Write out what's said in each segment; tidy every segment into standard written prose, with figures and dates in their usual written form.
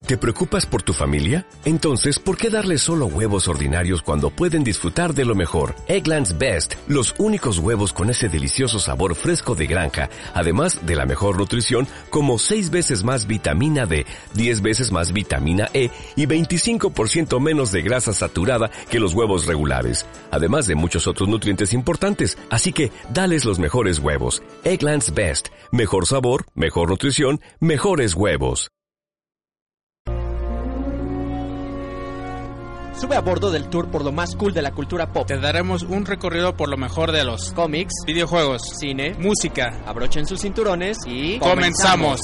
¿Te preocupas por tu familia? Entonces, ¿por qué darles solo huevos ordinarios cuando pueden disfrutar de lo mejor? Eggland's Best, los únicos huevos con ese delicioso sabor fresco de granja, además de la mejor nutrición, como 6 veces más vitamina D, 10 veces más vitamina E y 25% menos de grasa saturada que los huevos regulares, además de muchos otros nutrientes importantes. Así que, dales los mejores huevos. Eggland's Best, mejor sabor, mejor nutrición, mejores huevos. Sube a bordo del tour por lo más cool de la cultura pop. Te daremos un recorrido por lo mejor de los cómics, videojuegos, cine, música. Abrochen sus cinturones y ¡comenzamos!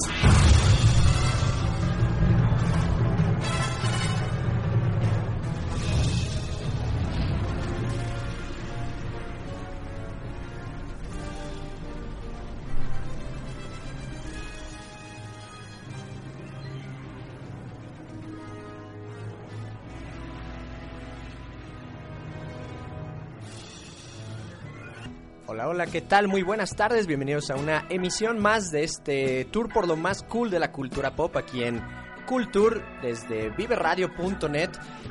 Hola, hola, ¿qué tal? Muy buenas tardes, bienvenidos a una emisión más de este tour por lo más cool de la cultura pop aquí en Culture desde viveradio.net.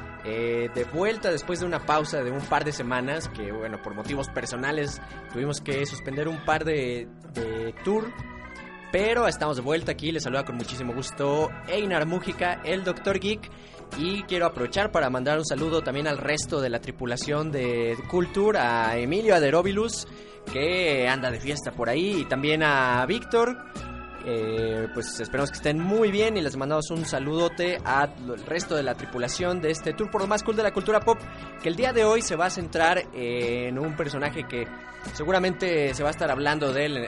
De vuelta después de una pausa de un par de semanas que, bueno, por motivos personales tuvimos que suspender un par de tour, pero estamos de vuelta aquí. Les saluda con muchísimo gusto Einar Mújica, el Dr. Geek, y quiero aprovechar para mandar un saludo también al resto de la tripulación de Culture, a Emilio Aderovilus, que anda de fiesta por ahí, y también a Víctor. Pues esperamos que estén muy bien y les mandamos un saludote al resto de la tripulación de este tour por lo más cool de la cultura pop, que el día de hoy se va a centrar en un personaje que seguramente se va a estar hablando de él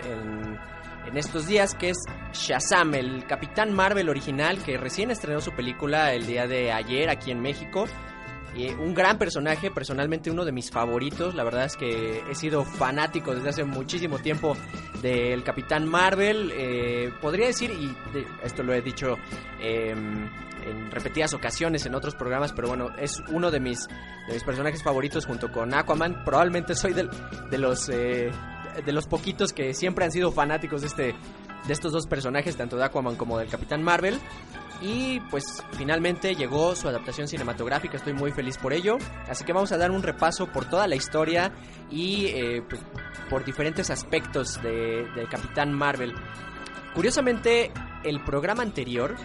en estos días, que es Shazam, el Capitán Marvel original, que recién estrenó su película el día de ayer aquí en México. Un gran personaje, personalmente uno de mis favoritos. La verdad es que he sido fanático desde hace muchísimo tiempo del Capitán Marvel. Podría decir, y esto lo he dicho en repetidas ocasiones en otros programas, pero bueno, es uno de mis personajes favoritos junto con Aquaman. Probablemente soy de los poquitos que siempre han sido fanáticos de estos dos personajes, tanto de Aquaman como del Capitán Marvel. Y pues finalmente llegó su adaptación cinematográfica, estoy muy feliz por ello. Así que vamos a dar un repaso por toda la historia y pues, por diferentes aspectos de Capitán Marvel. Curiosamente, el programa anterior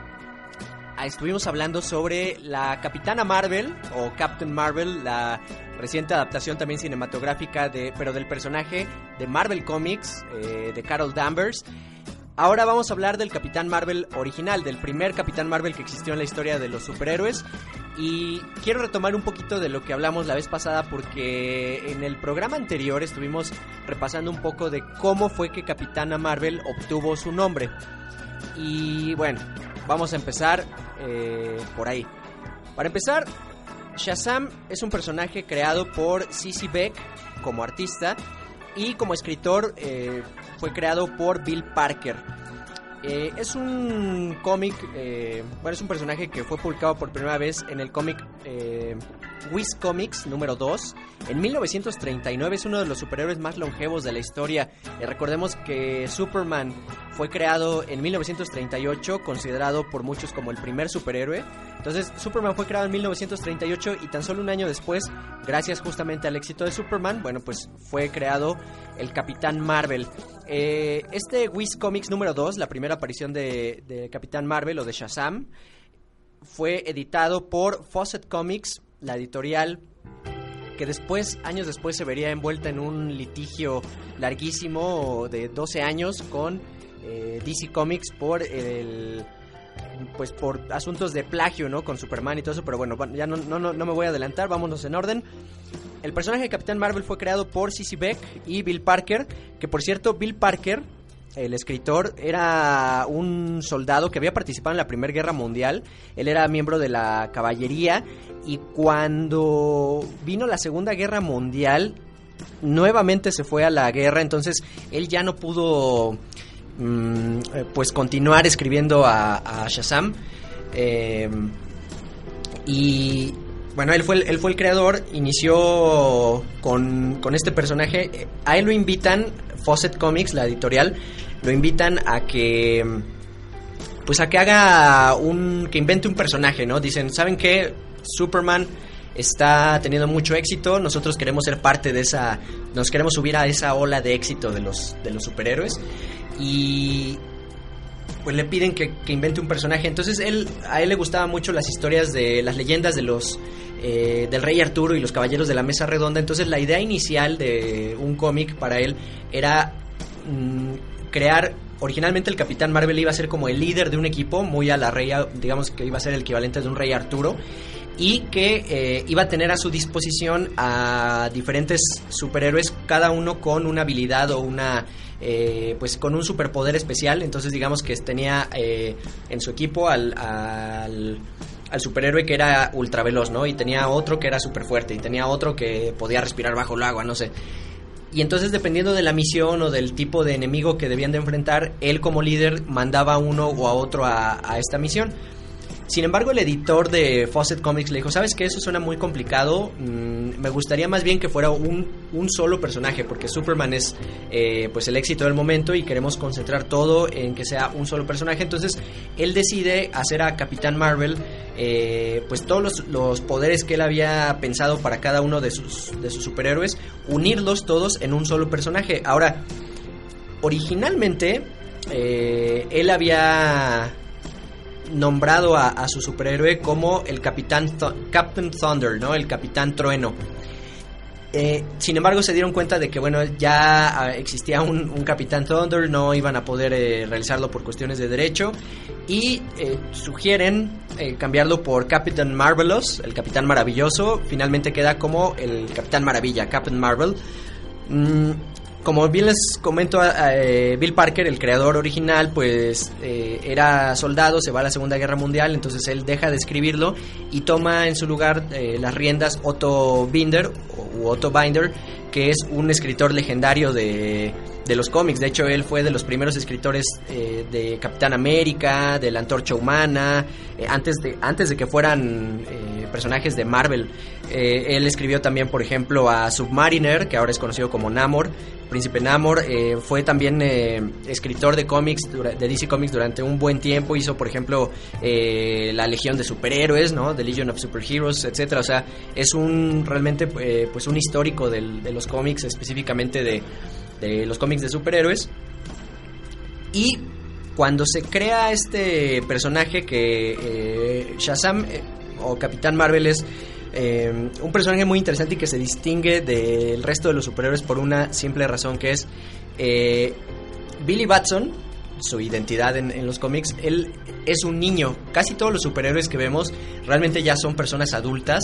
estuvimos hablando sobre la Capitana Marvel o Captain Marvel, la reciente adaptación también cinematográfica pero del personaje de Marvel Comics, de Carol Danvers. Ahora vamos a hablar del Capitán Marvel original, del primer Capitán Marvel que existió en la historia de los superhéroes. Y quiero retomar un poquito de lo que hablamos la vez pasada, porque en el programa anterior estuvimos repasando un poco de cómo fue que Capitana Marvel obtuvo su nombre. Y bueno, vamos a empezar por ahí. Para empezar, Shazam es un personaje creado por C.C. Beck como artista, y como escritor fue creado por Bill Parker. Es un cómic, es un personaje que fue publicado por primera vez en el cómic Whiz Comics número 2 en 1939. Es uno de los superhéroes más longevos de la historia. Recordemos que Superman fue creado en 1938, considerado por muchos como el primer superhéroe. Entonces Superman fue creado en 1938 y tan solo un año después, gracias justamente al éxito de Superman, bueno, pues fue creado el Capitán Marvel. Este Whiz Comics número 2, la primera aparición de Capitán Marvel o de Shazam, fue editado por Fawcett Comics, la editorial que años después se vería envuelta en un litigio larguísimo de 12 años con DC Comics por asuntos de plagio, ¿no? Con Superman y todo eso, pero bueno, ya no me voy a adelantar, vámonos en orden. El personaje de Capitán Marvel fue creado por C.C. Beck y Bill Parker, que por cierto, Bill Parker, el escritor, era un soldado que había participado en la Primera Guerra Mundial. Él era miembro de la caballería, y cuando vino la Segunda Guerra Mundial, nuevamente se fue a la guerra. Entonces él ya no pudo pues continuar escribiendo a Shazam, y bueno, él fue el creador. Inició con este personaje. A él lo invitan, Fawcett Comics, la editorial, lo invitan a que pues a que que invente un personaje, ¿no? Dicen, ¿saben qué? Superman está teniendo mucho éxito, nosotros queremos ser parte de nos queremos subir a esa ola de éxito de los superhéroes, y pues le piden que invente un personaje. Entonces a él le gustaban mucho las historias de las leyendas de del Rey Arturo y los Caballeros de la Mesa Redonda. Entonces la idea inicial de un cómic para él era crear. Originalmente el Capitán Marvel iba a ser como el líder de un equipo, muy a la Rey, digamos que iba a ser el equivalente de un Rey Arturo, y que iba a tener a su disposición a diferentes superhéroes, cada uno con una habilidad o pues con un superpoder especial. Entonces digamos que tenía en su equipo al superhéroe que era ultraveloz, ¿no? Y tenía otro que era súper fuerte, y tenía otro que podía respirar bajo el agua, no sé. Y entonces, dependiendo de la misión o del tipo de enemigo que debían de enfrentar, él como líder mandaba a uno o a otro a esta misión. Sin embargo, el editor de Fawcett Comics le dijo, ¿sabes qué? Eso suena muy complicado, me gustaría más bien que fuera un solo personaje, porque Superman es pues el éxito del momento y queremos concentrar todo en que sea un solo personaje. Entonces él decide hacer a Capitán Marvel pues todos los poderes que él había pensado para cada uno de sus superhéroes, unirlos todos en un solo personaje. Ahora, originalmente él había nombrado a su superhéroe como el Captain Thunder, ¿no? El Capitán Trueno. Sin embargo, se dieron cuenta de que, bueno, ya existía un Capitán Thunder, no iban a poder realizarlo por cuestiones de derecho, y sugieren cambiarlo por Captain Marvelous, el Capitán Maravilloso. Finalmente queda como el Capitán Maravilla, Captain Marvel. Como bien les comento, Bill Parker, el creador original, pues era soldado, se va a la Segunda Guerra Mundial, entonces él deja de escribirlo y toma en su lugar las riendas Otto Binder, que es un escritor legendario de los cómics. De hecho, él fue de los primeros escritores de Capitán América, de la Antorcha Humana, antes de que fueran personajes de Marvel. Él escribió también, por ejemplo, a Submariner, que ahora es conocido como Namor, Príncipe Namor. Fue también escritor de cómics, de DC Comics, durante un buen tiempo. Hizo, por ejemplo, la Legión de Superhéroes, ¿no? The Legion of Superheroes, etcétera. O sea, es realmente pues un histórico de los cómics, específicamente de los cómics de superhéroes. Y cuando se crea este personaje que Shazam o Capitán Marvel es un personaje muy interesante y que se distingue del resto de los superhéroes por una simple razón, que es Billy Batson, su identidad en los cómics. Él es un niño. Casi todos los superhéroes que vemos realmente ya son personas adultas.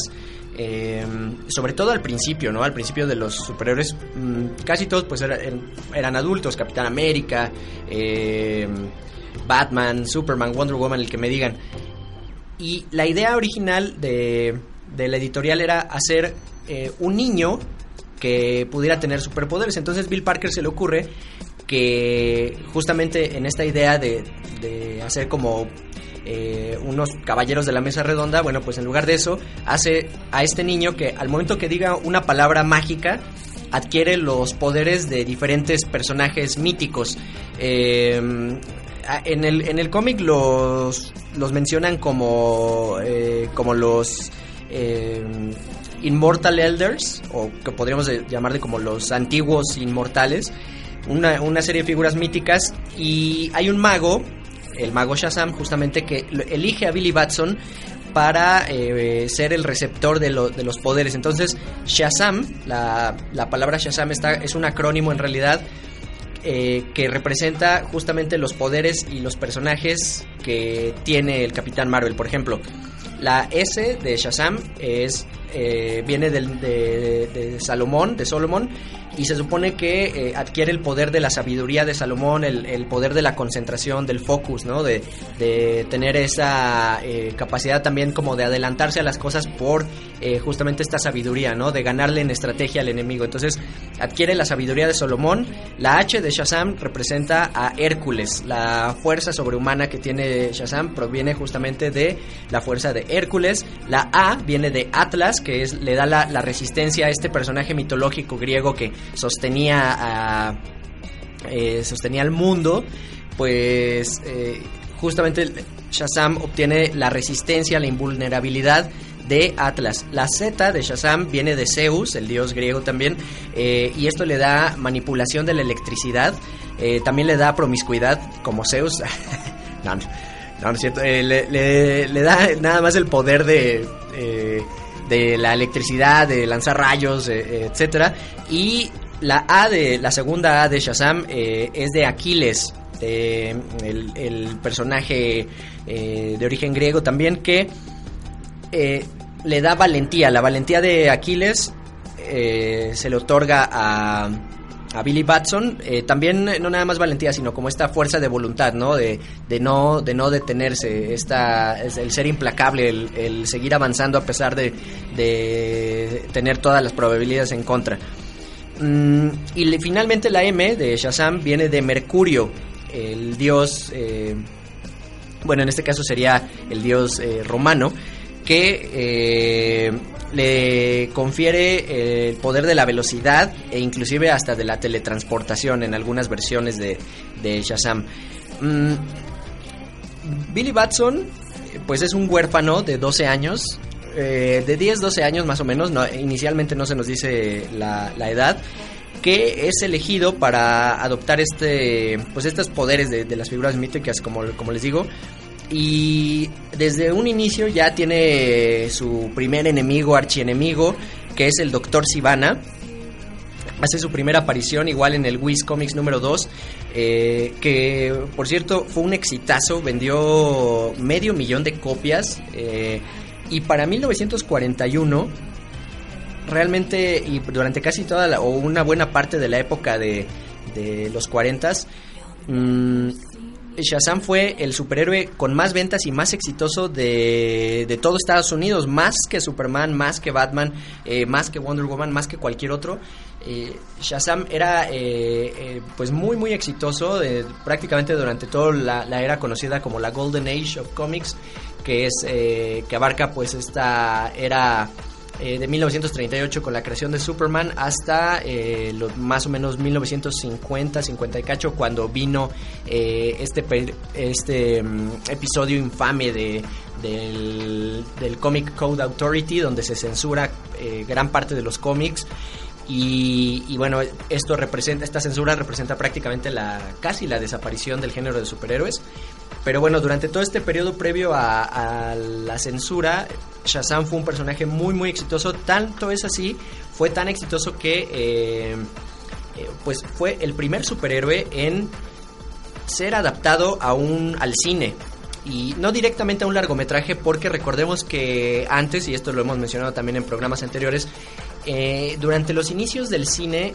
Sobre todo al principio, ¿no? Al principio de los superhéroes, casi todos pues eran adultos. Capitán América, Batman, Superman, Wonder Woman, el que me digan. Y la idea original de la editorial era hacer un niño que pudiera tener superpoderes. Entonces Bill Parker se le ocurre que justamente en esta idea de hacer como unos caballeros de la mesa redonda, bueno, pues en lugar de eso hace a este niño que al momento que diga una palabra mágica adquiere los poderes de diferentes personajes míticos. En el cómic los mencionan como los Immortal Elders, o que podríamos llamarle como los antiguos inmortales, una serie de figuras míticas. Y hay un mago, el mago Shazam, justamente, que elige a Billy Batson para ser el receptor de los poderes. Entonces Shazam, la palabra Shazam es un acrónimo en realidad que representa justamente los poderes y los personajes que tiene el Capitán Marvel. Por ejemplo, la S de Shazam viene de Salomón, y se supone que adquiere el poder de la sabiduría de Salomón, el poder de la concentración, del focus, ¿no? De tener esa capacidad también como de adelantarse a las cosas por justamente esta sabiduría, ¿no? De ganarle en estrategia al enemigo. Entonces adquiere la sabiduría de Salomón. La H de Shazam representa a Hércules. La fuerza sobrehumana que tiene Shazam proviene justamente de la fuerza de Hércules. La A viene de Atlas, que le da la resistencia a este personaje mitológico griego que sostenía al mundo. Pues justamente Shazam obtiene la resistencia, la invulnerabilidad de Atlas. La Z de Shazam viene de Zeus, el dios griego también, y esto le da manipulación de la electricidad, también le da promiscuidad como Zeus. No es cierto, le da nada más el poder de la electricidad, de lanzar rayos, etcétera. Y la segunda A de Shazam es de Aquiles, el personaje de origen griego también, que le da valentía. La valentía de Aquiles se le otorga a Billy Batson, también no nada más valentía, sino como esta fuerza de voluntad, ¿no? De no detenerse, el ser implacable, el seguir avanzando a pesar de tener todas las probabilidades en contra. Y finalmente la M de Shazam viene de Mercurio, el dios, bueno, en este caso sería el dios romano, que le confiere el poder de la velocidad e inclusive hasta de la teletransportación en algunas versiones de Shazam. Billy Batson, pues es un huérfano de 12 años, de 10-12 años más o menos, inicialmente no se nos dice la edad, que es elegido para adoptar estos poderes de las figuras míticas, como les digo. Y desde un inicio ya tiene su primer enemigo, archienemigo, que es el Dr. Sivana. Hace su primera aparición igual en el Wiz Comics número 2, que por cierto fue un exitazo, vendió 500,000 de copias, y para 1941 realmente, y durante casi toda o una buena parte de la época de los 40s, Shazam fue el superhéroe con más ventas y más exitoso de todo Estados Unidos, más que Superman, más que Batman, más que Wonder Woman, más que cualquier otro. Shazam era pues muy muy exitoso, prácticamente durante toda la era conocida como la Golden Age of Comics, que abarca pues esta era de 1938 con la creación de Superman hasta más o menos 1950, 50 y cacho, cuando vino este episodio infame del Comic Code Authority, donde se censura gran parte de los cómics. Y bueno, esta censura representa prácticamente casi la desaparición del género de superhéroes. Pero bueno, durante todo este periodo previo a la censura, Shazam fue un personaje muy muy exitoso. Tanto es así, fue tan exitoso que pues fue el primer superhéroe en ser adaptado al cine. Y no directamente a un largometraje, porque recordemos que antes, y esto lo hemos mencionado también en programas anteriores, durante los inicios del cine,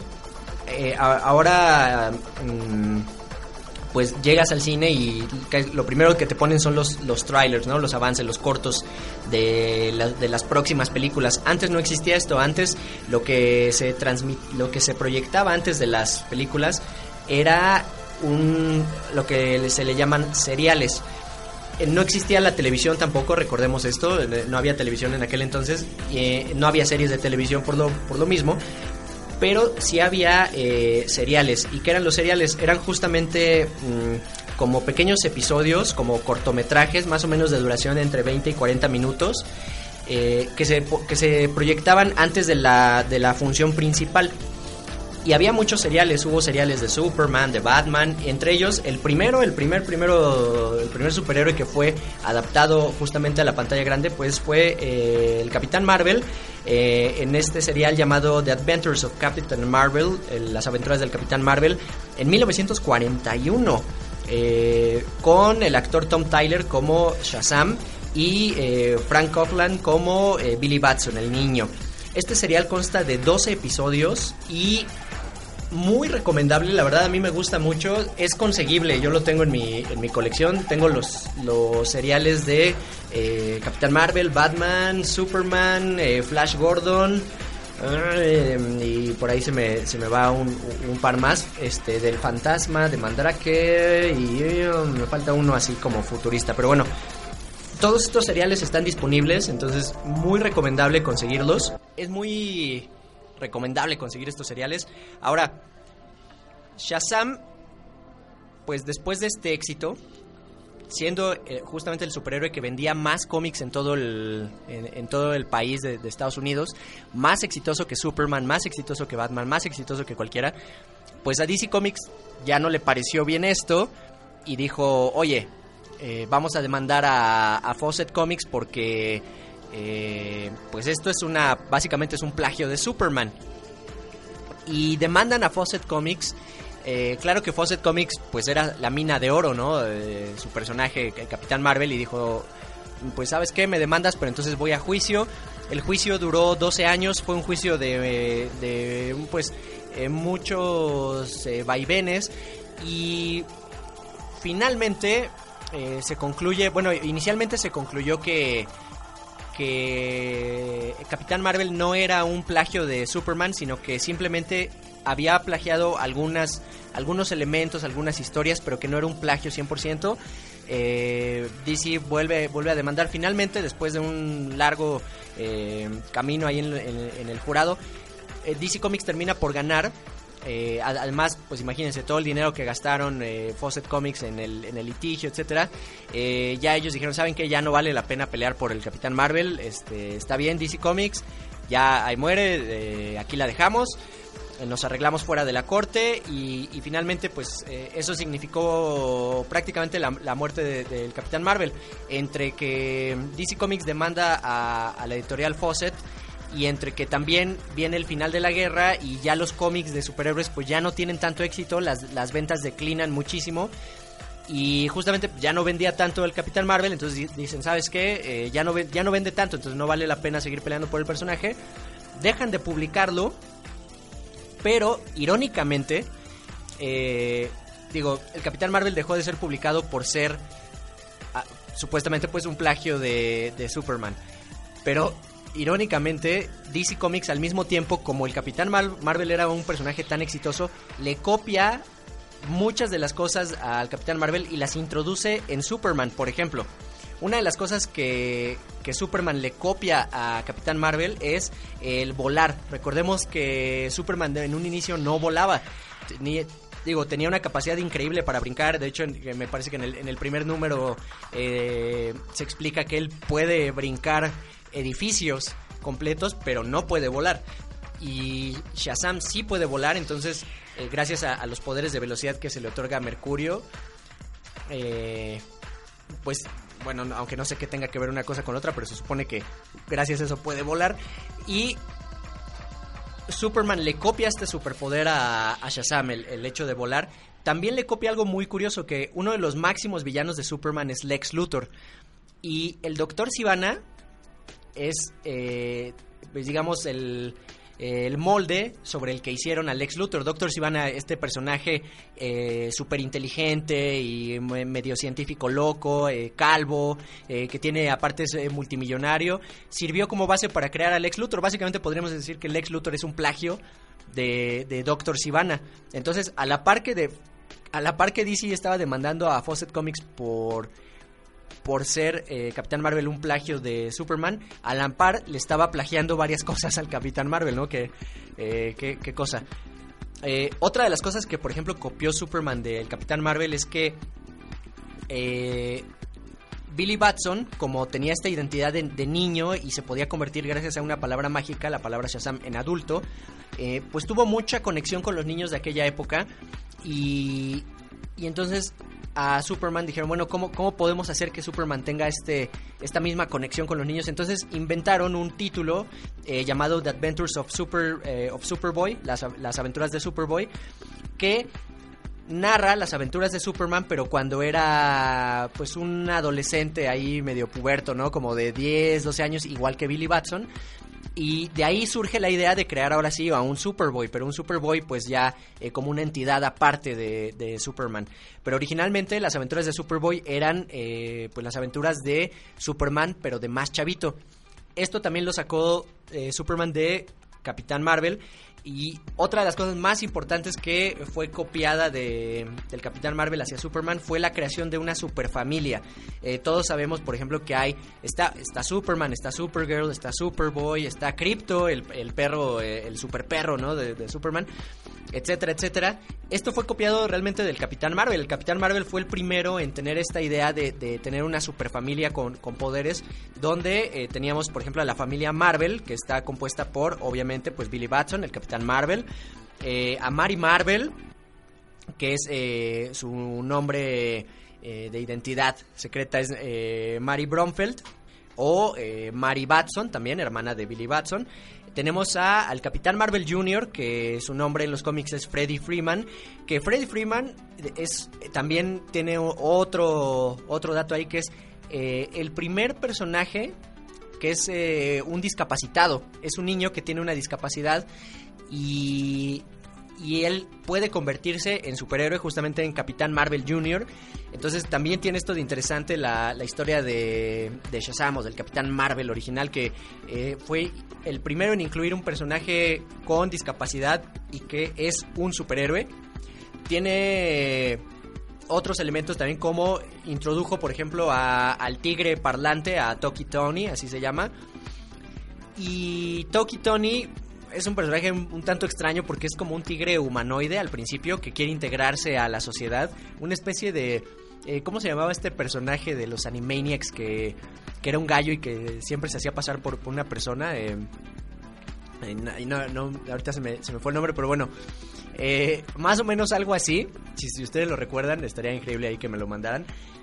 ahora pues llegas al cine y lo primero que te ponen son los trailers, ¿no? Los avances, los cortos de las próximas películas. Antes no existía esto. Antes lo que se proyectaba antes de las películas era lo que se le llaman seriales. No existía la televisión tampoco, recordemos esto, no había televisión en aquel entonces, no había series de televisión por lo mismo, pero sí había seriales. ¿Y qué eran los seriales? Eran justamente como pequeños episodios, como cortometrajes, más o menos de duración entre 20 y 40 minutos, que se proyectaban antes de la función principal. Y había muchos seriales, hubo seriales de Superman, de Batman, entre ellos el primer superhéroe que fue adaptado justamente a la pantalla grande, pues fue el Capitán Marvel, en este serial llamado The Adventures of Captain Marvel, las aventuras del Capitán Marvel, en 1941, con el actor Tom Tyler como Shazam y Frank Coughlin como Billy Batson, el niño. Este serial consta de 12 episodios y muy recomendable, la verdad a mí me gusta mucho, es conseguible, yo lo tengo en mi colección, tengo los seriales de Capitán Marvel, Batman, Superman, Flash Gordon, y por ahí se me va un par más, del Fantasma, de Mandrake, y me falta uno así como futurista, pero bueno, todos estos seriales están disponibles, entonces muy recomendable conseguirlos. Es muy recomendable conseguir estos seriales. Ahora, Shazam, pues después de este éxito, siendo justamente el superhéroe que vendía más cómics en todo el país de Estados Unidos, más exitoso que Superman, más exitoso que Batman, más exitoso que cualquiera, pues a DC Comics ya no le pareció bien esto y dijo, oye, vamos a demandar a Fawcett Comics porque pues esto es básicamente es un plagio de Superman. Y demandan a Fawcett Comics. Claro que Fawcett Comics pues era la mina de oro, ¿no? Su personaje, el Capitán Marvel, y dijo, pues ¿sabes qué? Me demandas, pero entonces voy a juicio. El juicio duró 12 años, fue un juicio de muchos vaivenes, y finalmente se concluye, bueno, inicialmente se concluyó que Capitán Marvel no era un plagio de Superman, sino que simplemente había plagiado algunos elementos, algunas historias, pero que no era un plagio 100%. DC vuelve a demandar finalmente, después de un largo camino ahí en el jurado. DC Comics termina por ganar. Además, pues imagínense todo el dinero que gastaron Fawcett Comics en el litigio, etcétera. Ya ellos dijeron, ¿saben qué? Ya no vale la pena pelear por el Capitán Marvel. Está bien, DC Comics, ya ahí muere, aquí la dejamos. Nos arreglamos fuera de la corte y finalmente pues eso significó prácticamente la muerte del Capitán Marvel. Entre que DC Comics demanda a la editorial Fawcett, y entre que también viene el final de la guerra y ya los cómics de superhéroes pues ya no tienen tanto éxito, las ventas declinan muchísimo y justamente ya no vendía tanto el Capitán Marvel, entonces dicen, ¿sabes qué? Ya no vende tanto, entonces no vale la pena seguir peleando por el personaje. Dejan de publicarlo, pero irónicamente, el Capitán Marvel dejó de ser publicado por ser supuestamente pues un plagio de Superman, pero irónicamente, DC Comics al mismo tiempo, como el Capitán Marvel era un personaje tan exitoso, le copia muchas de las cosas al Capitán Marvel y las introduce en Superman. Por ejemplo, una de las cosas que Superman le copia a Capitán Marvel es el volar. Recordemos que Superman en un inicio no volaba, tenía una capacidad increíble para brincar. De hecho, me parece que en el primer número se explica que él puede brincar edificios completos, pero no puede volar. Y Shazam sí puede volar, entonces gracias a los poderes de velocidad que se le otorga a Mercurio, pues bueno, aunque no sé qué tenga que ver una cosa con otra, pero se supone que gracias a eso puede volar. Y Superman le copia este superpoder a Shazam, el hecho de volar. También le copia algo muy curioso, que uno de los máximos villanos de Superman es Lex Luthor, y el Dr. Sivana es, pues digamos, el molde sobre el que hicieron a Lex Luthor. Dr. Sivana, este personaje súper inteligente y medio científico loco, calvo, que tiene aparte es multimillonario, sirvió como base para crear a Lex Luthor. Básicamente podríamos decir que Lex Luthor es un plagio de Dr. Sivana. Entonces, a la par que DC estaba demandando a Fawcett Comics por ser Capitán Marvel un plagio de Superman, a la par le estaba plagiando varias cosas al Capitán Marvel, ¿no? ¿Qué cosa? Otra de las cosas que, por ejemplo, copió Superman del Capitán Marvel es que Billy Batson, como tenía esta identidad de niño y se podía convertir gracias a una palabra mágica, la palabra Shazam, en adulto, pues tuvo mucha conexión con los niños de aquella época y entonces a Superman dijeron, bueno, ¿cómo podemos hacer que Superman tenga esta misma conexión con los niños? Entonces inventaron un título llamado The Adventures of Superboy, las aventuras de Superboy, que narra las aventuras de Superman, pero cuando era pues un adolescente ahí medio puberto, ¿no? Como de 10, 12 años, igual que Billy Batson. Y de ahí surge la idea de crear ahora sí a un Superboy, pero un Superboy pues ya como una entidad aparte de Superman. Pero originalmente las aventuras de Superboy eran pues las aventuras de Superman, pero de más chavito. Esto también lo sacó Superman de Capitán Marvel, Y otra de las cosas más importantes que fue copiada del Capitán Marvel hacia Superman fue la creación de una superfamilia. Todos sabemos, por ejemplo, que está Superman, está Supergirl, está Superboy, está Krypto, el perro, el superperro, ¿no? de Superman, etcétera, etcétera. Esto fue copiado realmente del Capitán Marvel. El Capitán Marvel fue el primero en tener esta idea de tener una superfamilia con poderes, donde teníamos, por ejemplo, a la familia Marvel, que está compuesta por, obviamente, pues Billy Batson, el Capitán Marvel, a Mary Marvel, que es su nombre de identidad secreta es Mary Bromfield, o Mary Batson, también hermana de Billy Batson. Tenemos al Capitán Marvel Jr., que su nombre en los cómics es Freddie Freeman, que Freddie Freeman también tiene otro dato ahí, que es el primer personaje que es un discapacitado. Es un niño que tiene una discapacidad y él puede convertirse en superhéroe justamente en Capitán Marvel Jr. Entonces también tiene esto de interesante la historia de Shazam, o del Capitán Marvel original, que fue el primero en incluir un personaje con discapacidad y que es un superhéroe. Tiene otros elementos también, como introdujo, por ejemplo, al tigre parlante, a Toki Tony, así se llama. Y Toki Tony es un personaje un tanto extraño porque es como un tigre humanoide al principio que quiere integrarse a la sociedad. Una especie de... ¿cómo se llamaba este personaje de los Animaniacs que era un gallo y que siempre se hacía pasar por una persona? No, ahorita se me fue el nombre, pero bueno, más o menos algo así. Si ustedes lo recuerdan, estaría increíble ahí que me lo mandaran.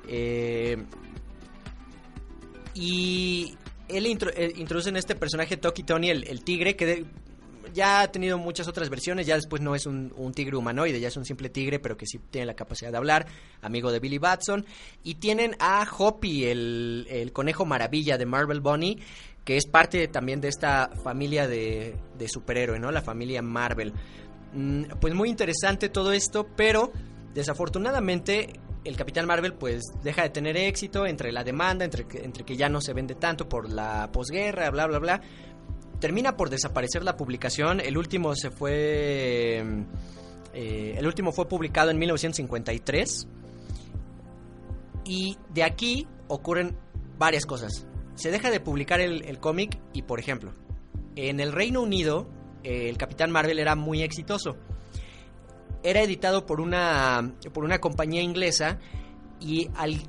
Y él introduce en este personaje Toki Tony, el tigre, que ya ha tenido muchas otras versiones. Ya después no es un tigre humanoide, ya es un simple tigre, pero que sí tiene la capacidad de hablar, amigo de Billy Batson. Y tienen a Hoppy, el conejo maravilla de Marvel Bunny, que es parte también de esta familia de superhéroe, ¿no? La familia Marvel. Pues muy interesante todo esto, pero desafortunadamente el Capitán Marvel pues deja de tener éxito entre la demanda, entre que ya no se vende tanto por la posguerra, bla, bla, bla. Termina por desaparecer la publicación. El último fue publicado en 1953. Y de aquí ocurren varias cosas. Se deja de publicar el cómic y, por ejemplo, en el Reino Unido el Capitán Marvel era muy exitoso. Era editado por una compañía inglesa, y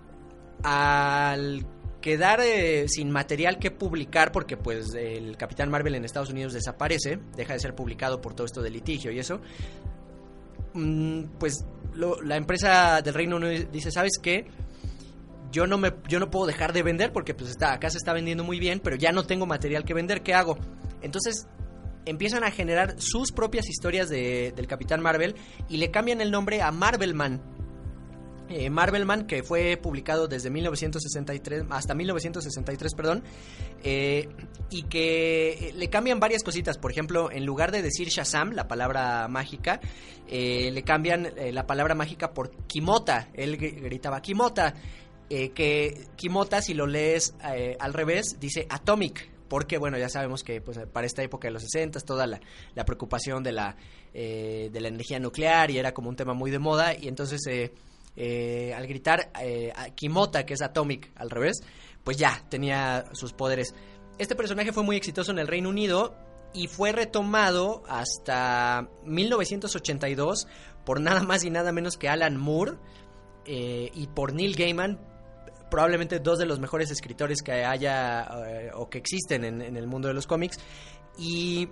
al quedar sin material que publicar, porque pues el Capitán Marvel en Estados Unidos desaparece, deja de ser publicado por todo esto del litigio y eso, pues la empresa del Reino Unido dice, ¿sabes qué? Yo no puedo dejar de vender porque pues acá se está vendiendo muy bien, pero ya no tengo material que vender, ¿qué hago? Entonces empiezan a generar sus propias historias del Capitán Marvel y le cambian el nombre a Marvelman. Marvelman, que fue publicado desde 1963 hasta 1963, y que le cambian varias cositas. Por ejemplo, en lugar de decir Shazam, la palabra mágica, le cambian la palabra mágica por Kimota. Él gritaba Kimota, que Kimota, si lo lees al revés, dice Atomic, porque bueno, ya sabemos que pues para esta época de los 60 toda la preocupación de la energía nuclear, y era como un tema muy de moda, y entonces al gritar Kimota, que es Atomic al revés, pues ya tenía sus poderes. Este personaje fue muy exitoso en el Reino Unido y fue retomado hasta 1982 por nada más y nada menos que Alan Moore y por Neil Gaiman, probablemente dos de los mejores escritores que haya o que existen en el mundo de los cómics. Y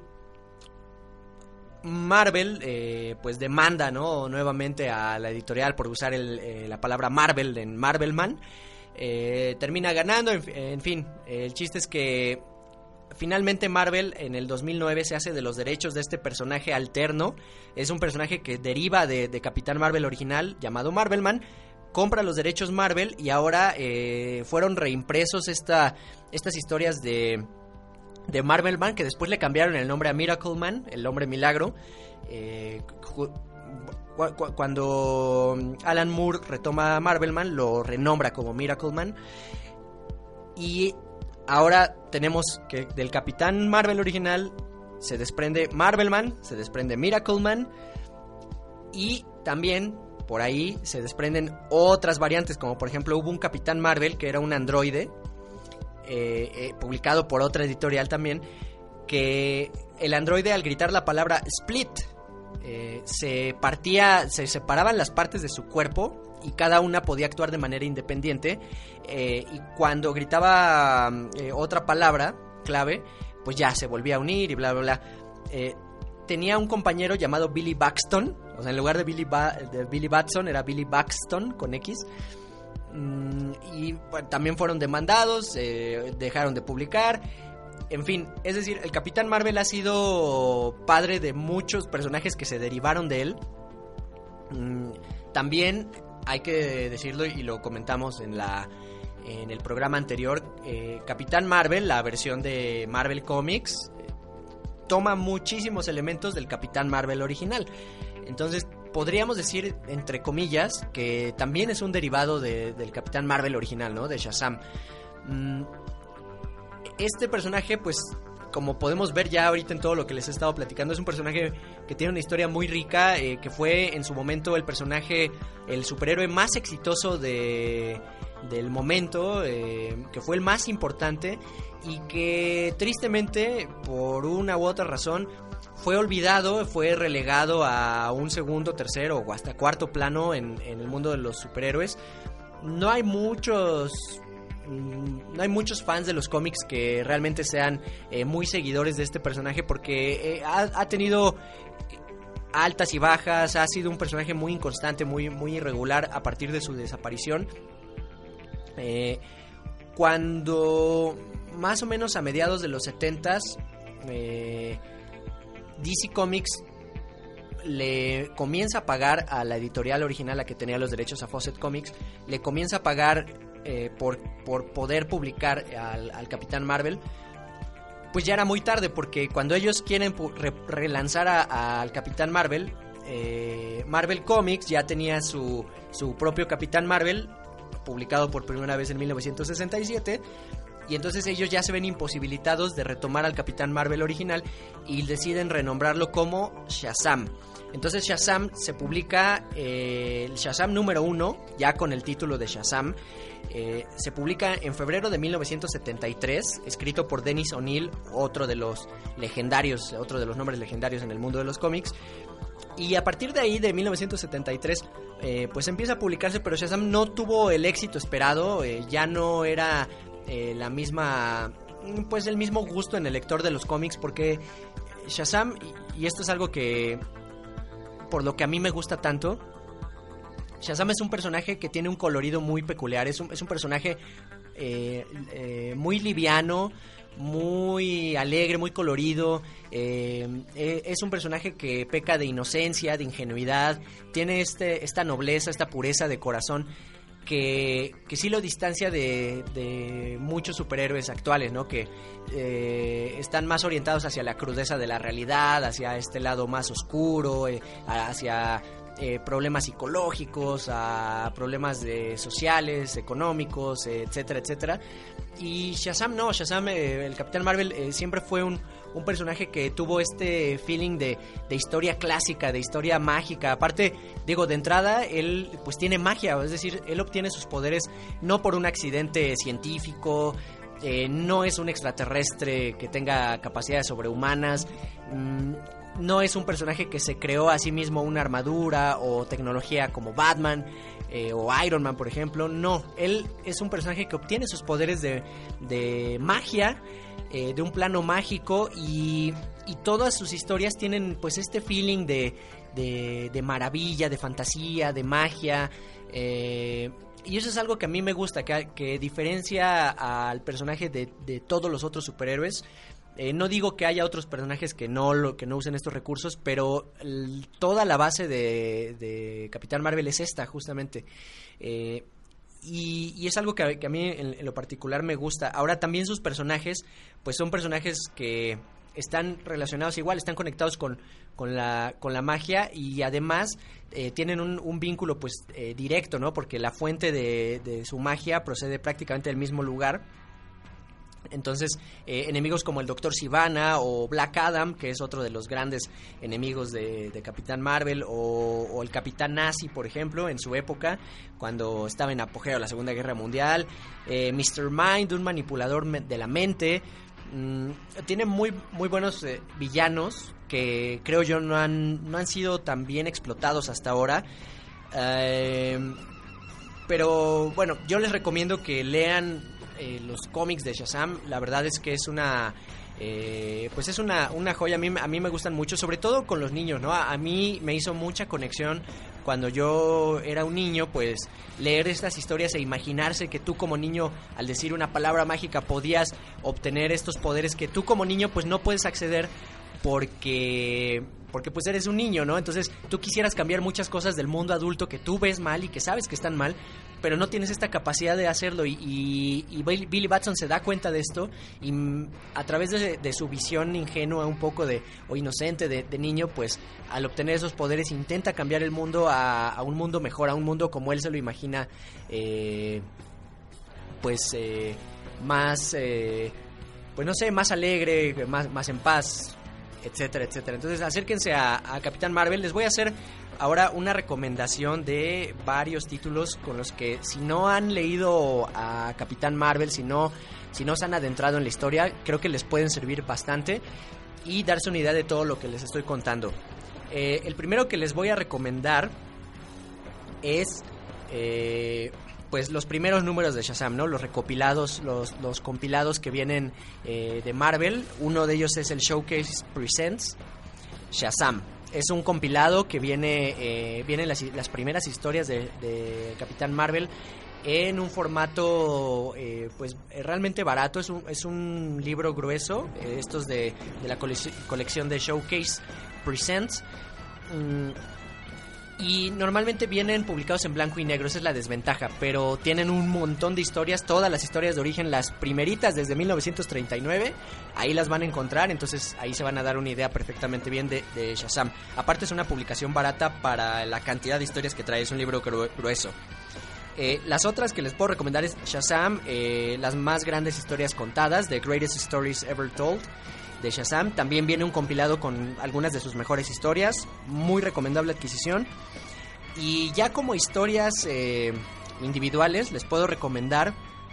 Marvel pues demanda, ¿no?, nuevamente a la editorial por usar la palabra Marvel en Marvelman. Termina ganando, en fin, el chiste es que finalmente Marvel en el 2009 se hace de los derechos de este personaje alterno. Es un personaje que deriva de Capitán Marvel original, llamado Marvelman. Compra los derechos Marvel y ahora fueron reimpresos estas historias de Marvelman, que después le cambiaron el nombre a Miracleman, el hombre milagro. Cuando Alan Moore retoma Marvelman, lo renombra como Miracleman. Y ahora tenemos que del Capitán Marvel original se desprende Marvelman, se desprende Miracleman y también por ahí se desprenden otras variantes, como por ejemplo hubo un Capitán Marvel que era un androide, publicado por otra editorial también, que el androide al gritar la palabra split se separaban las partes de su cuerpo y cada una podía actuar de manera independiente, y cuando gritaba otra palabra clave, pues ya se volvía a unir y bla bla bla. Tenía un compañero llamado Billy Baxton, o sea, en lugar de Billy Batson era Billy Baxton con X. Y bueno, también fueron demandados, dejaron de publicar. En fin, es decir, el Capitán Marvel ha sido padre de muchos personajes que se derivaron de él. También hay que decirlo, y lo comentamos en el programa anterior, Capitán Marvel, la versión de Marvel Comics, toma muchísimos elementos del Capitán Marvel original. Entonces podríamos decir, entre comillas, que también es un derivado del Capitán Marvel original, ¿no? De Shazam. Este personaje, pues, como podemos ver ya ahorita en todo lo que les he estado platicando, es un personaje que tiene una historia muy rica, que fue en su momento el superhéroe más exitoso del momento, que fue el más importante y que tristemente, por una u otra razón, fue olvidado, fue relegado a un segundo, tercero o hasta cuarto plano en el mundo de los superhéroes. No hay muchos fans de los cómics que realmente sean muy seguidores de este personaje, porque ha tenido altas y bajas, ha sido un personaje muy inconstante, muy, muy irregular a partir de su desaparición. Cuando más o menos a mediados de los 70s, DC Comics le comienza a pagar a la editorial original, la que tenía los derechos, a Fawcett Comics, le comienza a pagar por poder publicar al Capitán Marvel. Pues ya era muy tarde, porque cuando ellos quieren relanzar al Capitán Marvel, Marvel Comics ya tenía su propio Capitán Marvel, publicado por primera vez en 1967, y entonces ellos ya se ven imposibilitados de retomar al Capitán Marvel original y deciden renombrarlo como Shazam. Entonces Shazam se publica, el Shazam número 1, ya con el título de Shazam, se publica en febrero de 1973, escrito por Dennis O'Neil, otro de los nombres legendarios en el mundo de los cómics. Y a partir de ahí, de 1973, pues empieza a publicarse, pero Shazam no tuvo el éxito esperado, ya no era el mismo gusto en el lector de los cómics, porque Shazam, y esto es algo que por lo que a mí me gusta tanto, Shazam es un personaje que tiene un colorido muy peculiar, es un personaje muy liviano, muy alegre, muy colorido, es un personaje que peca de inocencia, de ingenuidad, tiene esta nobleza, esta pureza de corazón que sí lo distancia de muchos superhéroes actuales, ¿no? Que están más orientados hacia la crudeza de la realidad, hacia este lado más oscuro, hacia problemas psicológicos, a problemas sociales, económicos, etcétera, etcétera. Y Shazam no, el Capitán Marvel siempre fue un personaje que tuvo este feeling de historia clásica, de historia mágica. Aparte, digo, de entrada, él pues tiene magia, es decir, él obtiene sus poderes no por un accidente científico, no es un extraterrestre que tenga capacidades sobrehumanas, no es un personaje que se creó a sí mismo una armadura o tecnología como Batman o Iron Man, por ejemplo. No, él es un personaje que obtiene sus poderes de magia, de un plano mágico, y todas sus historias tienen pues este feeling de maravilla, de fantasía, de magia, y eso es algo que a mí me gusta, que diferencia al personaje de todos los otros superhéroes. No digo que haya otros personajes que no usen estos recursos, pero toda la base de Capitán Marvel es esta, justamente. Y es algo que a mí en lo particular me gusta. Ahora, también sus personajes, pues son personajes que están relacionados igual, están conectados con la magia, y además tienen un vínculo pues directo, ¿no? Porque la fuente de su magia procede prácticamente del mismo lugar. Entonces, enemigos como el Dr. Sivana o Black Adam, que es otro de los grandes enemigos de Capitán Marvel, o el Capitán Nazi, por ejemplo, en su época, cuando estaba en apogeo de la Segunda Guerra Mundial, Mr. Mind, un manipulador de la mente. Tiene muy buenos villanos que creo yo no han sido tan bien explotados hasta ahora. Pero bueno, yo les recomiendo que lean los cómics de Shazam. La verdad es que es una joya. A mí me gustan mucho, sobre todo con los niños, ¿no? A mí me hizo mucha conexión cuando yo era un niño, pues leer estas historias e imaginarse que tú como niño, al decir una palabra mágica, podías obtener estos poderes que tú como niño pues no puedes acceder porque pues eres un niño, ¿no? Entonces tú quisieras cambiar muchas cosas del mundo adulto que tú ves mal y que sabes que están mal, pero no tienes esta capacidad de hacerlo, y Billy Batson se da cuenta de esto, y a través de su visión ingenua un poco o inocente de niño, pues al obtener esos poderes intenta cambiar el mundo a un mundo mejor, a un mundo como él se lo imagina, más, pues no sé, más alegre, más en paz, etcétera, etcétera. Entonces acérquense a Capitán Marvel. Les voy a hacer ahora una recomendación de varios títulos con los que, si no han leído a Capitán Marvel, si no se han adentrado en la historia, creo que les pueden servir bastante y darse una idea de todo lo que les estoy contando. El primero que les voy a recomendar es pues los primeros números de Shazam, ¿no? Los recopilados, los compilados que vienen de Marvel. Uno de ellos es el Showcase Presents Shazam. Es un compilado que vienen las primeras historias de Capitán Marvel en un formato pues realmente barato. Es un libro grueso, estos de la colección de Showcase Presents. Y normalmente vienen publicados en blanco y negro, esa es la desventaja, pero tienen un montón de historias, todas las historias de origen, las primeritas desde 1939, ahí las van a encontrar, entonces ahí se van a dar una idea perfectamente bien de Shazam. Aparte es una publicación barata para la cantidad de historias que trae, es un libro grueso. Las otras que les puedo recomendar es Shazam, las más grandes historias contadas, The Greatest Stories Ever Told, de Shazam. También viene un compilado con algunas de sus mejores historias, muy recomendable adquisición. Y ya como historias individuales les puedo recomendar,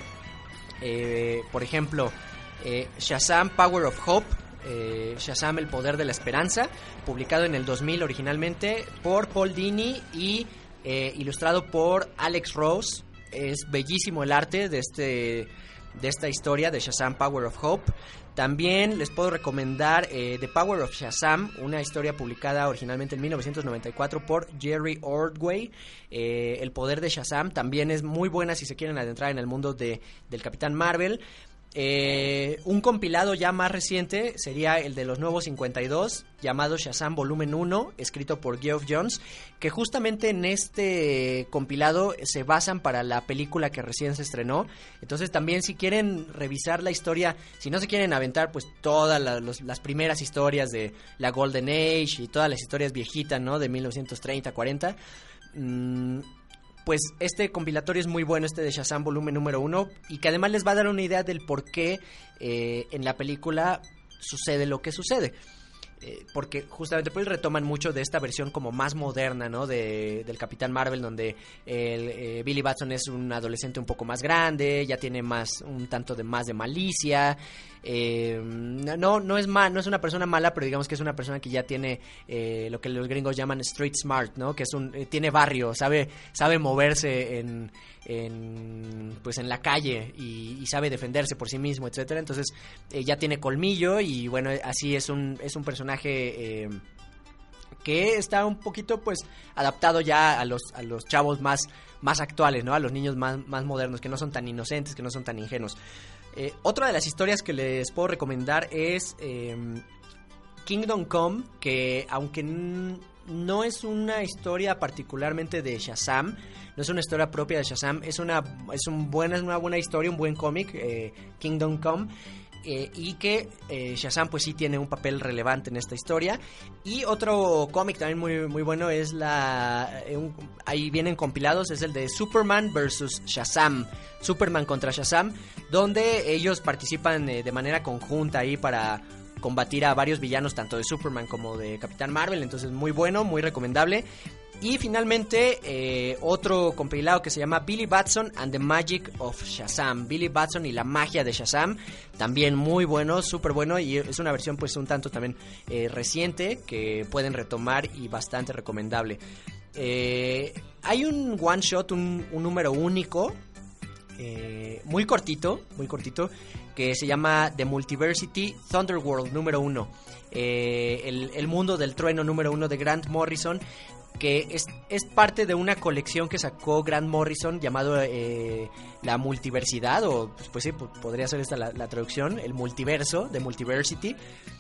por ejemplo, Shazam Power of Hope, Shazam El Poder de la Esperanza, publicado en el 2000 originalmente por Paul Dini y ilustrado por Alex Rose. Es bellísimo el arte de esta historia de Shazam Power of Hope. También les puedo recomendar The Power of Shazam, una historia publicada originalmente en 1994 por Jerry Ordway. El Poder de Shazam también es muy buena si se quieren adentrar en el mundo del Capitán Marvel. Un compilado ya más reciente sería el de los Nuevos 52, llamado Shazam Volumen 1, escrito por Geoff Johns, que justamente en este compilado se basan para la película que recién se estrenó. Entonces también, si quieren revisar la historia, si no se quieren aventar pues todas las primeras historias de la Golden Age y todas las historias viejitas, ¿no? De 1930, 40, pues este compilatorio es muy bueno, este de Shazam volumen número 1, y que además les va a dar una idea del por qué en la película sucede lo que sucede. Porque justamente pues retoman mucho de esta versión como más moderna, ¿no? del Capitán Marvel, donde Billy Batson es un adolescente un poco más grande, ya tiene un tanto de malicia. No es una persona mala, pero digamos que es una persona que ya tiene lo que los gringos llaman street smart, ¿no? Que tiene barrio, sabe moverse en la calle y sabe defenderse por sí mismo, etcétera. Entonces ya tiene colmillo, y bueno, así es un personaje que está un poquito pues adaptado ya a los chavos más actuales, ¿no? A los niños más modernos, que no son tan inocentes, que no son tan ingenuos. Otra de las historias que les puedo recomendar es Kingdom Come, que aunque no es una historia particularmente de Shazam, no es una historia propia de Shazam, es una buena historia, un buen cómic, Kingdom Come. y que Shazam pues sí tiene un papel relevante en esta historia. Y otro cómic también muy, muy bueno es ahí vienen compilados, es el de Superman vs. Shazam, Superman contra Shazam, donde ellos participan de manera conjunta ahí para combatir a varios villanos, tanto de Superman como de Capitán Marvel. Entonces muy bueno, muy recomendable. Y finalmente otro compilado que se llama Billy Batson and the Magic of Shazam, Billy Batson y la magia de Shazam, también muy bueno, súper bueno, y es una versión pues un tanto también reciente que pueden retomar y bastante recomendable. Hay un one shot, un número único, muy cortito, que se llama The Multiversity Thunderworld número 1, el mundo del trueno número 1 de Grant Morrison, que es parte de una colección que sacó Grant Morrison llamado la multiversidad, o pues sí, podría ser esta la traducción, el multiverso, de Multiversity,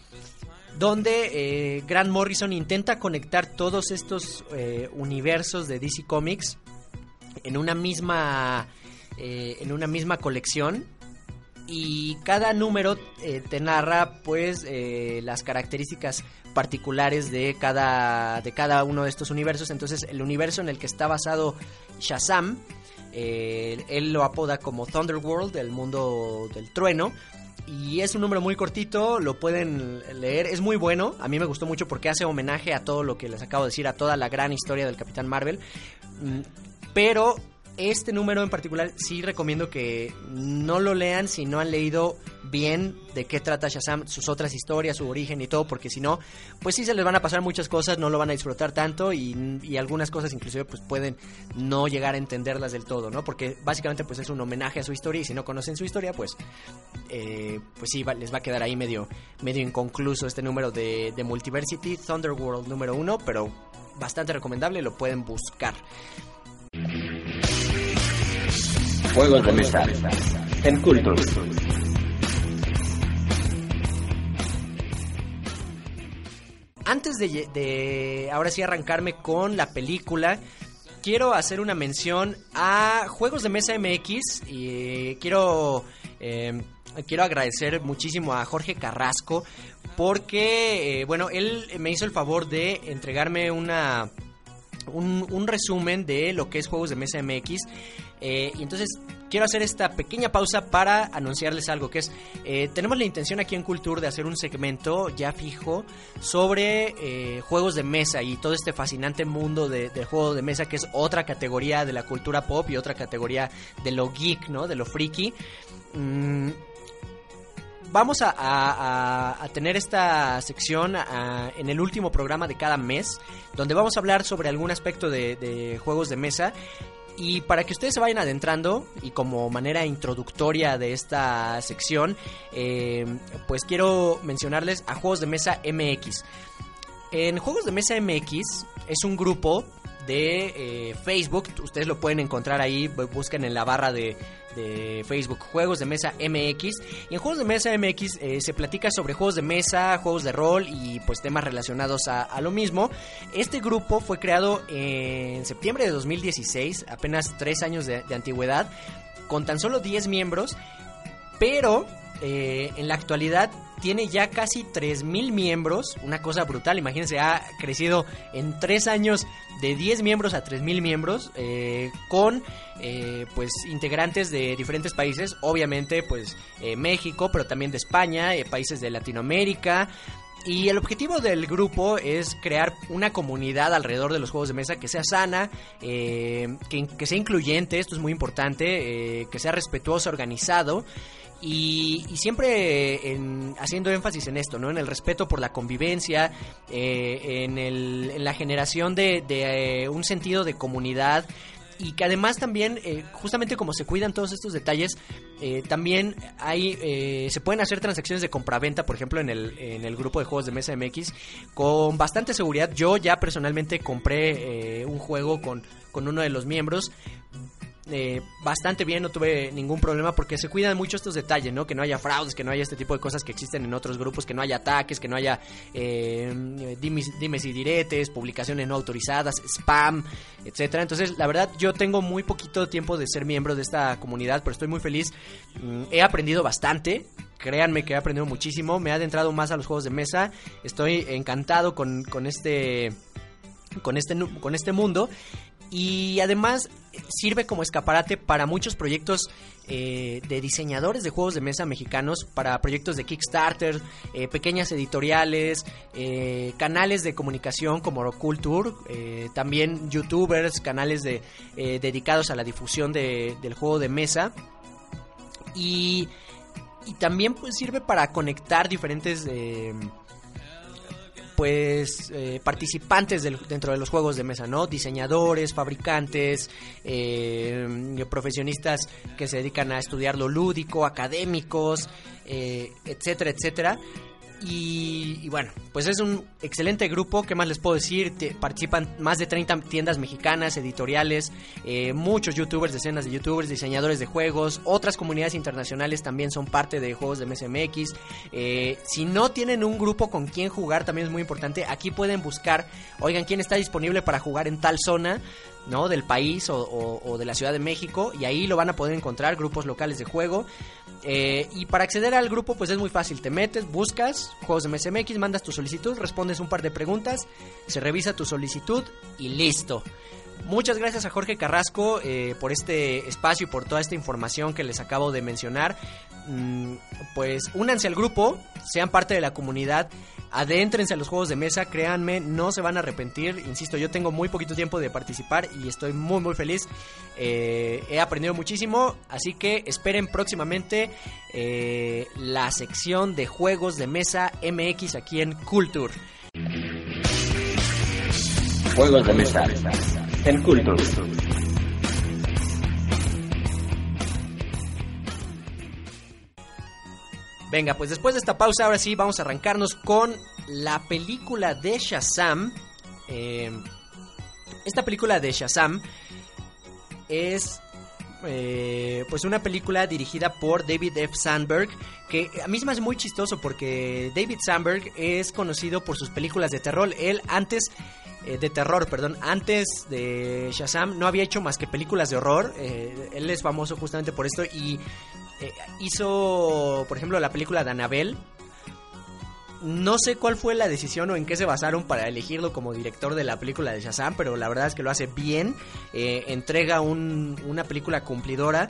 donde Grant Morrison intenta conectar todos estos universos de DC Comics en una misma colección. Y cada número te narra pues las características particulares de cada uno de estos universos. Entonces el universo en el que está basado Shazam, él lo apoda como Thunderworld, el mundo del trueno. Y es un número muy cortito, lo pueden leer, es muy bueno. A mí me gustó mucho porque hace homenaje a todo lo que les acabo de decir, a toda la gran historia del Capitán Marvel. Pero este número en particular sí recomiendo que no lo lean si no han leído bien de qué trata Shazam, sus otras historias, su origen y todo, porque si no, pues sí se les van a pasar muchas cosas, no lo van a disfrutar tanto y algunas cosas inclusive pues pueden no llegar a entenderlas del todo, ¿no? Porque básicamente pues es un homenaje a su historia y si no conocen su historia pues sí les va a quedar ahí medio inconcluso este número de Multiversity Thunderworld número 1, pero bastante recomendable, lo pueden buscar. Juegos de mesa en Cultura. Antes de ahora sí arrancarme con la película, quiero hacer una mención a Juegos de Mesa MX y quiero agradecer muchísimo a Jorge Carrasco porque él me hizo el favor de entregarme un resumen de lo que es Juegos de Mesa MX. Y entonces quiero hacer esta pequeña pausa para anunciarles algo, que es tenemos la intención aquí en Cultura de hacer un segmento ya fijo sobre juegos de mesa y todo este fascinante mundo de juego de mesa, que es otra categoría de la cultura pop y otra categoría de lo geek, ¿no? De lo friki. Vamos a tener esta sección en el último programa de cada mes, donde vamos a hablar sobre algún aspecto de juegos de mesa. Y para que ustedes se vayan adentrando y como manera introductoria de esta sección, pues quiero mencionarles a Juegos de Mesa MX. En Juegos de Mesa MX es un grupo de Facebook, ustedes lo pueden encontrar ahí, busquen en la barra de Facebook Juegos de Mesa MX, y en Juegos de Mesa MX se platica sobre juegos de mesa, juegos de rol y pues temas relacionados a lo mismo. Este grupo fue creado en septiembre de 2016, apenas 3 años de antigüedad, con tan solo 10 miembros, pero en la actualidad tiene ya casi 3,000 miembros, una cosa brutal. Imagínense, ha crecido en 3 años de 10 miembros a 3,000 miembros, con pues integrantes de diferentes países, obviamente pues México, pero también de España, países de Latinoamérica. Y el objetivo del grupo es crear una comunidad alrededor de los juegos de mesa que sea sana, que sea incluyente, esto es muy importante, que sea respetuoso, organizado. Y siempre haciendo énfasis en esto, ¿no? En el respeto por la convivencia, en la generación de un sentido de comunidad. Y que además también, justamente como se cuidan todos estos detalles, también se pueden hacer transacciones de compraventa, por ejemplo, en el grupo de Juegos de Mesa MX, con bastante seguridad. Yo ya personalmente compré un juego con uno de los miembros. Bastante bien, no tuve ningún problema porque se cuidan mucho estos detalles, ¿no? Que no haya fraudes, que no haya este tipo de cosas que existen en otros grupos, que no haya ataques, que no haya dimes y diretes, publicaciones no autorizadas, spam, etcétera. Entonces, la verdad, yo tengo muy poquito tiempo de ser miembro de esta comunidad, pero estoy muy feliz. He aprendido bastante. créanme que he aprendido muchísimo, me he adentrado más a los juegos de mesa, estoy encantado con este mundo, y además sirve como escaparate para muchos proyectos de diseñadores de juegos de mesa mexicanos, para proyectos de Kickstarter, pequeñas editoriales, canales de comunicación como Culture, también youtubers, canales dedicados a la difusión del juego de mesa, y también pues sirve para conectar diferentes participantes dentro de los juegos de mesa, ¿no? Diseñadores, fabricantes, profesionistas que se dedican a estudiar lo lúdico, académicos, etcétera, etcétera. Y bueno, pues es un excelente grupo. ¿Qué más les puedo decir? Participan más de 30 tiendas mexicanas, editoriales, muchos youtubers, decenas de youtubers, diseñadores de juegos. Otras comunidades internacionales también son parte de Juegos de Mesa MX. Si no tienen un grupo con quien jugar, también es muy importante. Aquí pueden buscar, oigan, ¿quién está disponible para jugar en tal zona, ¿no? Del país o de la Ciudad de México? Y ahí lo van a poder encontrar, grupos locales de juego. Y para acceder al grupo pues es muy fácil, te metes, buscas Juegos de Mesa MX, mandas tu solicitud, respondes un par de preguntas, se revisa tu solicitud y listo. Muchas gracias a Jorge Carrasco por este espacio y por toda esta información que les acabo de mencionar. Pues únanse al grupo, sean parte de la comunidad, adéntrense a los juegos de mesa, créanme, no se van a arrepentir. Insisto, yo tengo muy poquito tiempo de participar y estoy muy muy feliz. He aprendido muchísimo, así que esperen próximamente la sección de Juegos de Mesa MX aquí en Culture. Juegos de Mesa en Culture. Venga, pues después de esta pausa, ahora sí vamos a arrancarnos con la película de Shazam. Esta película de Shazam es pues una película dirigida por David F. Sandberg, que a mí se me hace muy chistoso porque David Sandberg es conocido por sus películas de terror. Él antes de Shazam no había hecho más que películas de horror. Él es famoso justamente por esto y hizo, por ejemplo, la película de Annabelle. No sé cuál fue la decisión o en qué se basaron para elegirlo como director de la película de Shazam, pero la verdad es que lo hace bien. Entrega una película cumplidora.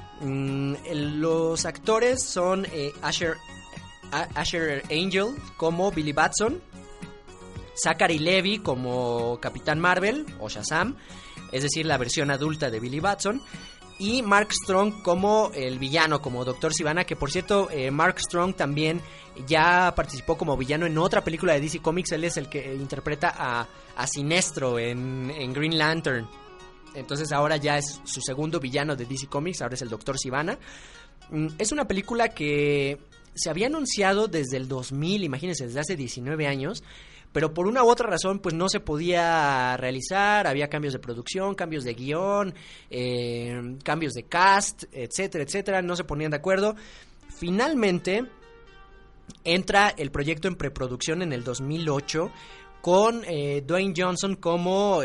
Los actores son Asher Angel como Billy Batson, Zachary Levi como Capitán Marvel o Shazam, es decir, la versión adulta de Billy Batson, y Mark Strong como el villano, como Dr. Sivana, que por cierto, Mark Strong también ya participó como villano en otra película de DC Comics. Él es el que interpreta a Sinestro en Green Lantern. Entonces ahora ya es su segundo villano de DC Comics, ahora es el Dr. Sivana. Es una película que se había anunciado desde el 2000, imagínense, desde hace 19 años, pero por una u otra razón pues no se podía realizar. Había cambios de producción, cambios de guión, cambios de cast, etcétera, etcétera, no se ponían de acuerdo. Finalmente entra el proyecto en preproducción en el 2008 con Dwayne Johnson como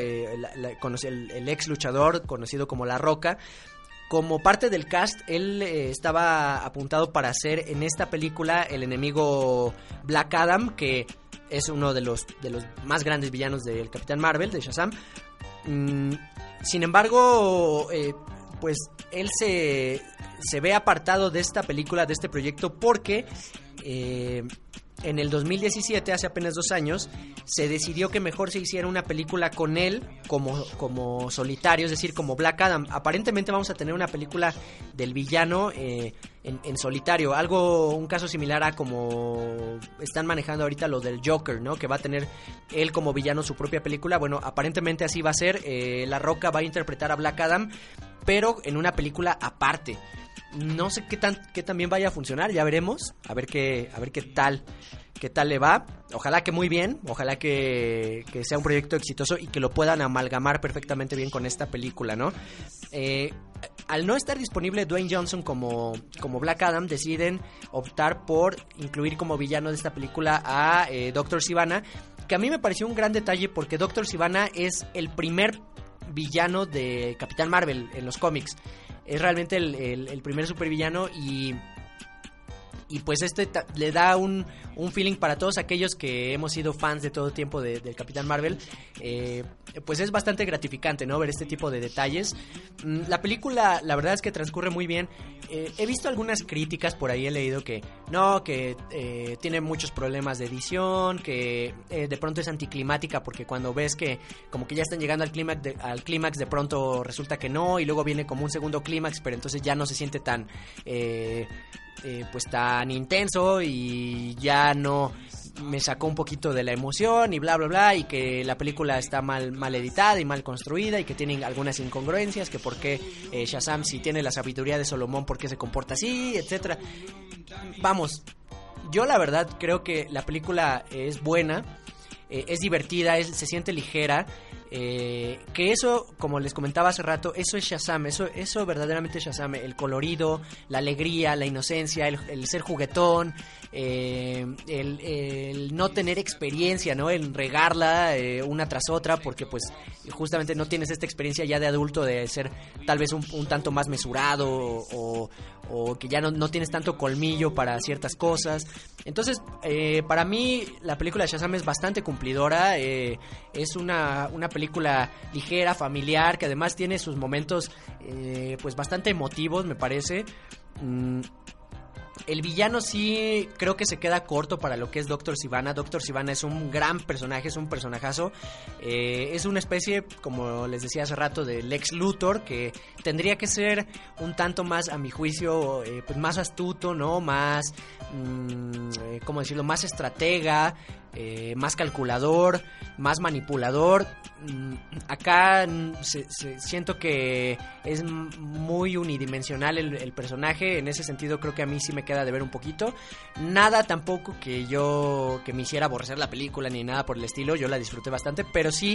el ex luchador conocido como La Roca. Como parte del cast, él estaba apuntado para ser en esta película el enemigo Black Adam, que es uno de los más grandes villanos del Capitán Marvel, de Shazam. Sin embargo, pues él se ve apartado de esta película, de este proyecto, porque en el 2017, hace apenas 2 años, se decidió que mejor se hiciera una película con él como solitario, es decir, como Black Adam. Aparentemente vamos a tener una película del villano en solitario, un caso similar a como están manejando ahorita lo del Joker, ¿no? Que va a tener él como villano su propia película. Bueno, aparentemente así va a ser. La Roca va a interpretar a Black Adam, pero en una película aparte. No sé qué tan bien vaya a funcionar, ya veremos, a ver qué tal le va. Ojalá que muy bien, ojalá que sea un proyecto exitoso y que lo puedan amalgamar perfectamente bien con esta película, ¿no? Al no estar disponible Dwayne Johnson como Black Adam, deciden optar por incluir como villano de esta película a Dr. Sivana, que a mí me pareció un gran detalle porque Dr. Sivana es el primer villano de Capitán Marvel en los cómics. Es realmente el primer supervillano y Y pues le da un feeling para todos aquellos que hemos sido fans de todo tiempo del Capitán Marvel. Pues es bastante gratificante, ¿no? Ver este tipo de detalles. La película, la verdad es que transcurre muy bien. He visto algunas críticas por ahí, he leído que tiene muchos problemas de edición, que de pronto es anticlimática porque cuando ves que como que ya están llegando al clímax de pronto resulta que no, y luego viene como un segundo clímax, pero entonces ya no se siente tan pues tan intenso y ya no me sacó un poquito de la emoción y bla bla bla, y que la película está mal editada y mal construida y que tienen algunas incongruencias, que por qué Shazam, si tiene la sabiduría de Solomón, por qué se comporta así, etcétera. Vamos, yo la verdad creo que la película es buena, es divertida, se siente ligera. Que eso, como les comentaba hace rato, eso es Shazam, eso verdaderamente es Shazam, el colorido, la alegría, la inocencia, el ser juguetón, el no tener experiencia, ¿no? El regarla una tras otra, porque pues justamente no tienes esta experiencia ya de adulto de ser tal vez un tanto más mesurado o que ya no tienes tanto colmillo para ciertas cosas. Entonces, para mí la película de Shazam es bastante cumplidora, es una película ligera, familiar, que además tiene sus momentos pues bastante emotivos, me parece. El villano sí creo que se queda corto para lo que es Dr. Sivana. Dr. Sivana es un gran personaje, es un personajazo. Es una especie, como les decía hace rato, de Lex Luthor, que tendría que ser un tanto más, a mi juicio, pues más astuto, ¿no? Más, ¿cómo decirlo? Más estratega, más calculador, más manipulador. Acá siento que es muy unidimensional el personaje. En ese sentido creo que a mí sí me queda de ver un poquito. Nada tampoco que me hiciera aborrecer la película ni nada por el estilo. Yo la disfruté bastante, pero sí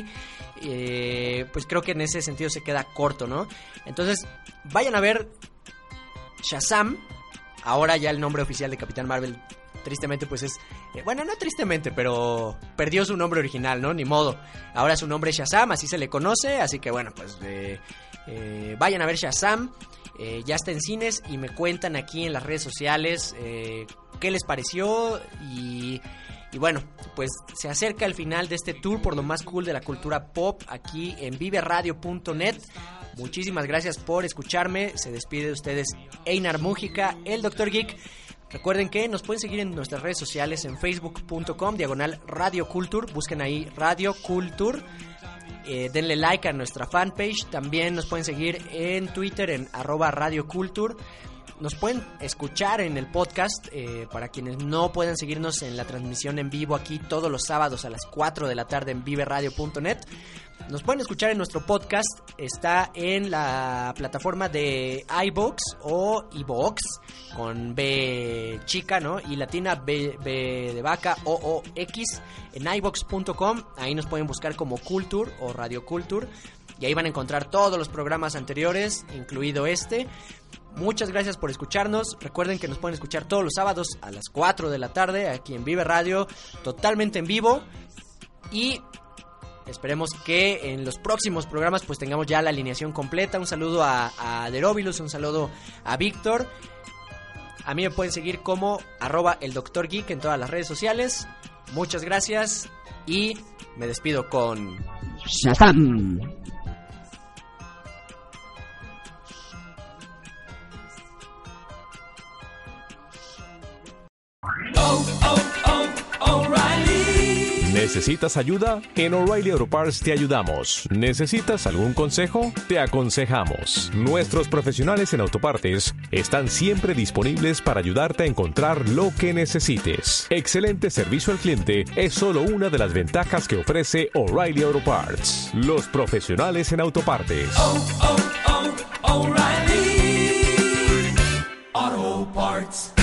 pues creo que en ese sentido se queda corto, ¿no? Entonces vayan a ver Shazam. Ahora ya el nombre oficial de Capitán Marvel, tristemente, pues es... bueno, no tristemente, pero perdió su nombre original, ¿no? Ni modo. Ahora su nombre es Shazam, así se le conoce. Así que bueno, pues vayan a ver Shazam. Ya está en cines y me cuentan aquí en las redes sociales qué les pareció. Y bueno, pues se acerca el final de este tour por lo más cool de la cultura pop aquí en viveradio.net. Muchísimas gracias por escucharme. Se despide de ustedes Einar Mújica, el Dr. Geek. Recuerden que nos pueden seguir en nuestras redes sociales en facebook.com/Radio Culture. Busquen ahí Radio Culture. Denle like a nuestra fanpage. También nos pueden seguir en Twitter en @Radio Culture. Nos pueden escuchar en el podcast, para quienes no puedan seguirnos en la transmisión en vivo aquí todos los sábados a las 4 de la tarde en viveradio.net. Nos pueden escuchar en nuestro podcast, está en la plataforma de iVoox o iVoox, con B chica, ¿no? Y latina, B de vaca, OOX, en iVoox.com. Ahí nos pueden buscar como Culture o Radio Culture, y ahí van a encontrar todos los programas anteriores, incluido este. Muchas gracias por escucharnos. Recuerden que nos pueden escuchar todos los sábados a las 4 de la tarde aquí en Vive Radio, totalmente en vivo. Y esperemos que en los próximos programas pues tengamos ya la alineación completa. Un saludo a Derobilus, un saludo a Víctor. A mí me pueden seguir como @eldoctorgeek en todas las redes sociales. Muchas gracias y me despido con Shazam. ¿Necesitas ayuda? En O'Reilly Auto Parts te ayudamos. ¿Necesitas algún consejo? Te aconsejamos. Nuestros profesionales en autopartes están siempre disponibles para ayudarte a encontrar lo que necesites. Excelente servicio al cliente es solo una de las ventajas que ofrece O'Reilly Auto Parts. Los profesionales en autopartes. O'Reilly Auto Parts.